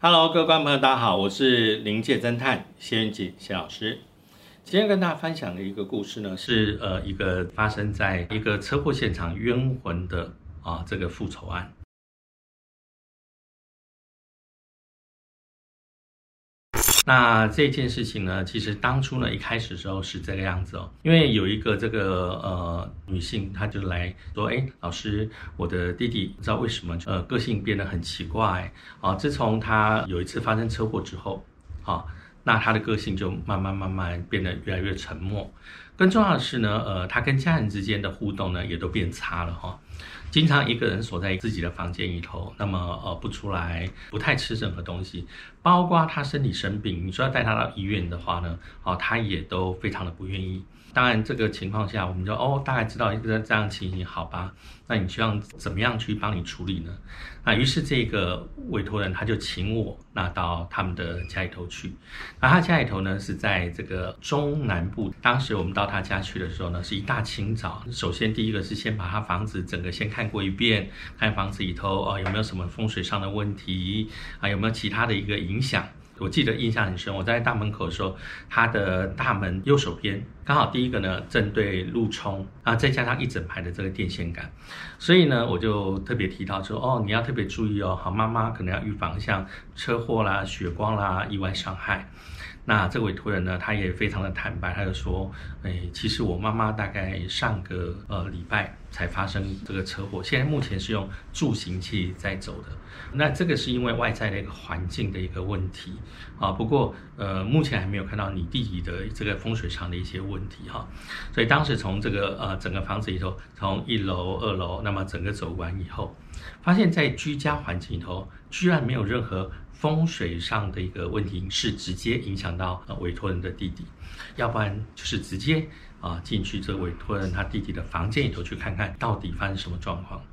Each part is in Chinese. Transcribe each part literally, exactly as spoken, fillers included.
Hello，各位观众朋友，大家好，我是灵界侦探谢元吉谢老师。今天跟大家分享的一个故事呢，是呃一个发生在一个车祸现场冤魂的啊这个复仇案。那这件事情呢，其实当初呢一开始的时候是这个样子哦，因为有一个这个呃女性，她就来说，哎，老师，我的弟弟不知道为什么呃个性变得很奇怪啊，自从他有一次发生车祸之后，啊，那他的个性就慢慢慢慢变得越来越沉默。更重要的是呢，呃，他跟家人之间的互动呢也都变差了哈、哦。经常一个人锁在自己的房间里头，那么呃不出来，不太吃任何东西，包括他身体生病，你说要带他到医院的话呢，哦，他也都非常的不愿意。当然这个情况下，我们就哦大概知道一个这样情形，好吧？那你希望怎么样去帮你处理呢？那于是这个委托人他就请我那到他们的家里头去。那他家里头呢是在这个中南部，当时我们到他家去的时候呢，是一大清早。首先第一个是先把他房子整个先看过一遍，看房子里头哦有没有什么风水上的问题啊，有没有其他的一个影响。我记得印象很深，我在大门口的时候，他的大门右手边刚好第一个呢正对路冲啊，再加上一整排的这个电线杆，所以呢我就特别提到说，哦，你要特别注意哦，好，妈妈可能要预防像车祸啦、血光啦、意外伤害。那这个委托人呢，他也非常的坦白，他就说，哎，其实我妈妈大概上个呃礼拜才发生这个车祸，现在目前是用助行器在走的。那这个是因为外在的一个环境的一个问题啊，不过呃目前还没有看到你弟弟的这个风水上的一些问题哈、啊，所以当时从这个呃整个房子里头，从一楼、二楼，那么整个走完以后，发现在居家环境里头居然没有任何风水上的一个问题是直接影响到呃委托人的弟弟，要不然就是直接啊进去这个委托人他弟弟的房间里头去看看到底发生什么状况。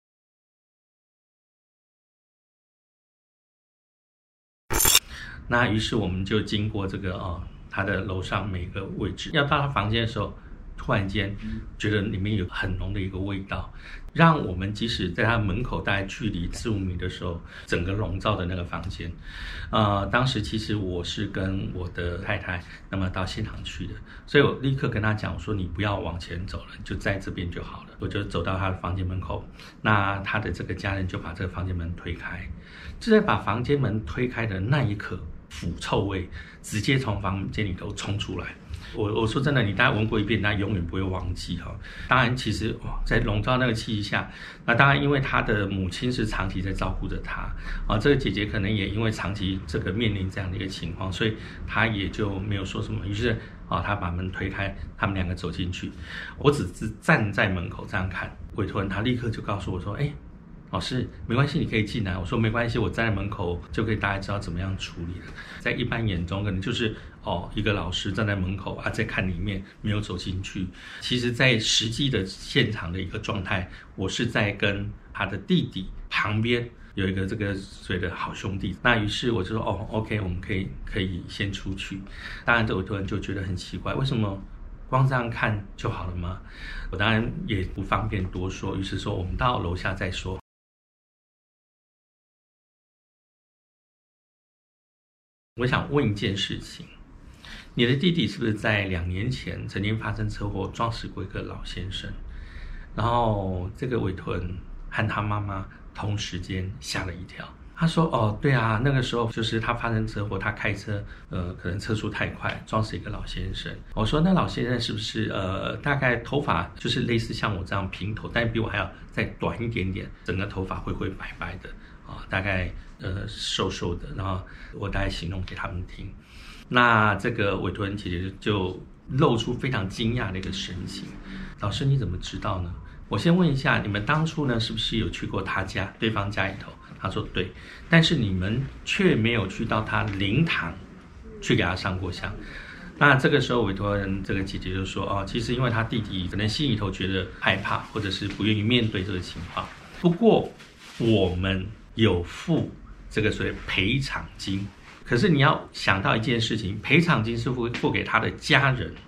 那于是我们就经过这个哦，他的楼上每个位置，要到他房间的时候，突然间觉得里面有很浓的一个味道，让我们即使在他门口大概距离四五米的时候，整个笼罩的那个房间，呃，当时其实我是跟我的太太那么到现场去的，所以我立刻跟他讲，我说你不要往前走了，就在这边就好了。我就走到他的房间门口，那他的这个家人就把这个房间门推开，就在把房间门推开的那一刻，腐臭味直接从房间里头冲出来。我我说真的，你大概闻过一遍，那永远不会忘记哈。当然，其实在笼罩那个气息下，那当然因为他的母亲是长期在照顾着他啊，这个姐姐可能也因为长期这个面临这样的一个情况，所以她也就没有说什么。于是啊，她把门推开，他们两个走进去，我只是站在门口这样看。委托人他立刻就告诉我说：“哎。”老师，没关系，你可以进来。我说没关系，我站在门口就可以大概知道怎么样处理了。在一般眼中，可能就是哦，一个老师站在门口啊，在看里面，没有走进去。其实，在实际的现场的一个状态，我是在跟他的弟弟旁边有一个这个所谓的好兄弟。那于是我就说哦 ，OK， 我们可以可以先出去。当然，这委托人就觉得很奇怪，为什么？光这样看就好了吗？我当然也不方便多说，于是说我们到楼下再说。我想问一件事情，你的弟弟是不是在两年前曾经发生车祸撞死过一个老先生？然后这个委托人和他妈妈同时间吓了一跳。他说：“哦，对啊，那个时候就是他发生车祸，他开车，呃，可能车速太快，撞死一个老先生。”我说：“那老先生是不是呃，大概头发就是类似像我这样平头，但比我还要再短一点点，整个头发灰灰白白的啊，大概呃瘦瘦的。”然后我大概形容给他们听。那这个委托人姐姐就露出非常惊讶的一个神情。老师，你怎么知道呢？我先问一下，你们当初呢是不是有去过他家，对方家里头？他说对，但是你们却没有去到他灵堂去给他上过香。那这个时候委托人这个姐姐就说哦，其实因为他弟弟可能心里头觉得害怕，或者是不愿意面对这个情况。不过我们有付这个所谓赔偿金，可是你要想到一件事情，赔偿金是付付给他的家人，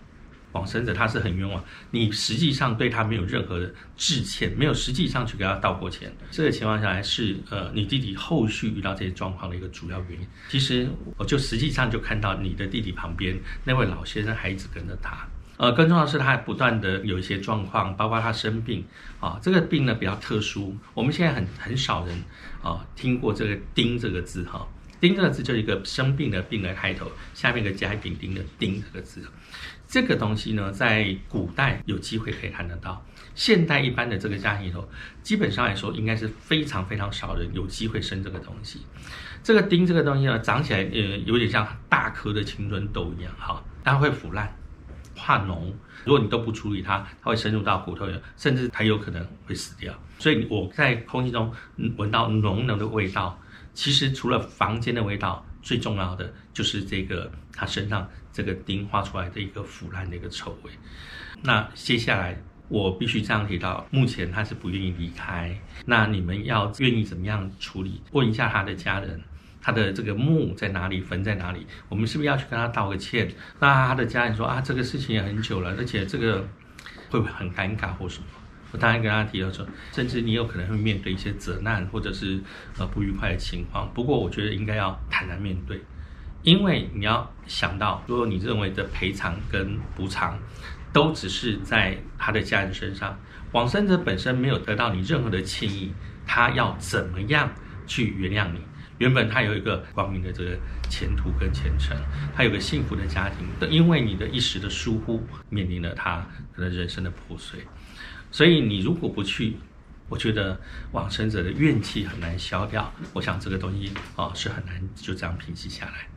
往生者他是很冤枉，你实际上对他没有任何的致歉，没有实际上去给他道过歉，这个情况下来是呃你弟弟后续遇到这些状况的一个主要原因。其实我就实际上就看到你的弟弟旁边那位老先生还一直跟着他。呃，更重要的是，他还不断的有一些状况，包括他生病啊，这个病呢比较特殊，我们现在很很少人啊听过这个“丁”这个字哈，“丁”这个字就是一个生病的“病”的开头，下面一个甲乙丙丁的“丁”这个字，这个东西呢，在古代有机会可以看得到，现代一般的这个家庭里头，基本上来说应该是非常非常少人有机会生这个东西。这个“丁”这个东西呢，长起来呃有点像大颗的青春痘一样哈，它会腐烂。化脓，如果你都不处理它，它会深入到骨头里，甚至它有可能会死掉。所以我在空气中闻到浓浓的味道，其实除了房间的味道，最重要的就是这个它身上这个钉画出来的一个腐烂的一个臭味。那接下来我必须这样提到，目前他是不愿意离开，那你们要愿意怎么样处理？问一下他的家人。他的这个墓在哪里，坟在哪里？我们是不是要去跟他道个歉？那他的家人说啊，这个事情也很久了，而且这个会不会很尴尬或什么？我当然跟他提到说，甚至你有可能会面对一些责难或者是呃不愉快的情况。不过我觉得应该要坦然面对，因为你要想到，如果你认为的赔偿跟补偿都只是在他的家人身上，往生者本身没有得到你任何的歉意，他要怎么样去原谅你？原本他有一个光明的这个前途跟前程，他有个幸福的家庭，因为你的一时的疏忽，面临了他可能人生的破碎。所以你如果不去，我觉得往生者的怨气很难消掉。我想这个东西啊、哦、是很难就这样平息下来。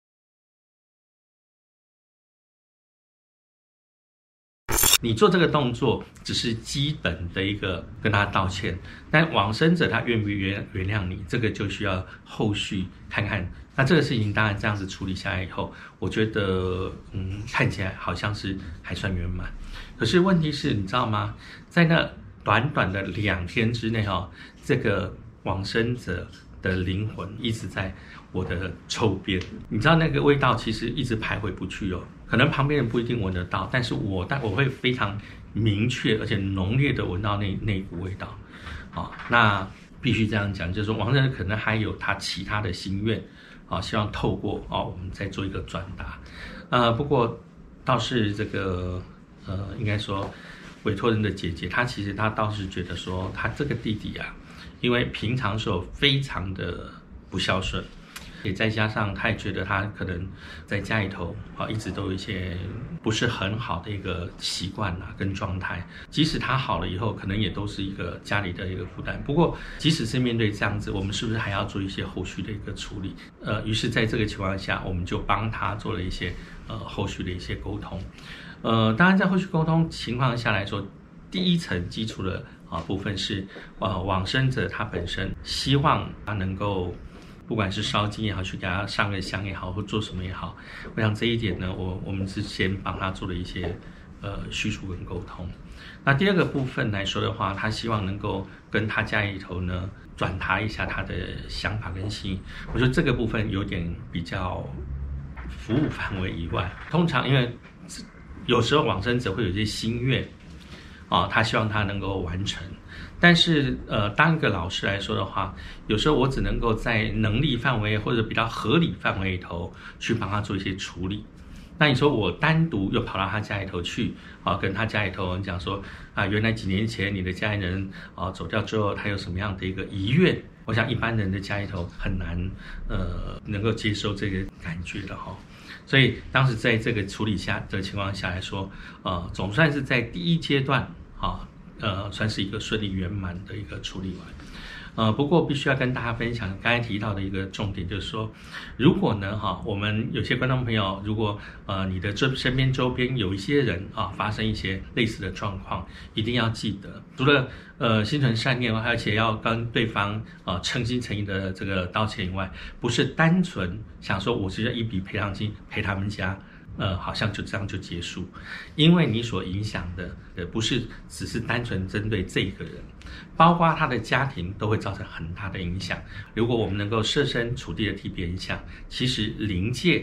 你做这个动作只是基本的一个跟他道歉，但往生者他愿不愿原谅你，这个就需要后续看看。那这个事情当然这样子处理下来以后，我觉得嗯看起来好像是还算圆满。可是问题是你知道吗？在那短短的两天之内哦，这个往生者的灵魂一直在我的周边，你知道那个味道其实一直徘徊不去哦。可能旁边人不一定闻得到，但是我但我会非常明确而且浓烈的闻到那那一股味道，啊、哦，那必须这样讲，就是说王生可能还有他其他的心愿，啊、哦，希望透过哦我们再做一个转达，呃，不过倒是这个呃应该说委托人的姐姐，她其实她倒是觉得说她这个弟弟啊，因为平常时候非常的不孝顺。也再加上他也觉得他可能在家里头啊一直都有一些不是很好的一个习惯啊跟状态，即使他好了以后，可能也都是一个家里的一个负担。不过即使是面对这样子，我们是不是还要做一些后续的一个处理？呃，于是在这个情况下，我们就帮他做了一些呃后续的一些沟通。呃，当然在后续沟通情况下来说，第一层基础的啊部分是呃往生者他本身希望他能够。不管是烧金也好，去给他上个香也好，或做什么也好，我想这一点呢，我我们之前帮他做了一些呃叙述跟沟通。那第二个部分来说的话，他希望能够跟他家里头呢转达一下他的想法跟心意。我觉得这个部分有点比较服务范围以外，通常因为有时候往生者会有一些心愿啊、哦，他希望他能够完成。但是，呃，当一个老师来说的话，有时候我只能够在能力范围或者比较合理范围里头去帮他做一些处理。那你说我单独又跑到他家里头去啊，跟他家里头人讲说啊，原来几年前你的家里人啊走掉之后，他有什么样的一个遗愿？我想一般人的家里头很难呃能够接受这个感觉的哈。所以当时在这个处理下的情况下来说，呃，总算是在第一阶段啊。呃，算是一个顺利圆满的一个处理完。呃，不过必须要跟大家分享刚才提到的一个重点，就是说，如果呢哈，我们有些观众朋友，如果呃你的这身边周边有一些人啊发生一些类似的状况，一定要记得，除了呃心存善念，而且要跟对方呃诚心诚意的这个道歉以外，不是单纯想说我是要一笔赔偿金赔他们家。呃，好像就这样就结束，因为你所影响的，呃，不是只是单纯针对这个人，包括他的家庭都会造成很大的影响。如果我们能够设身处地的替别人想，其实灵界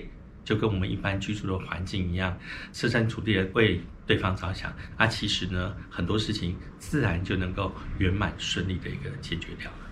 就跟我们一般居住的环境一样，设身处地的为对方着想，啊，其实呢，很多事情自然就能够圆满顺利的一个解决掉了。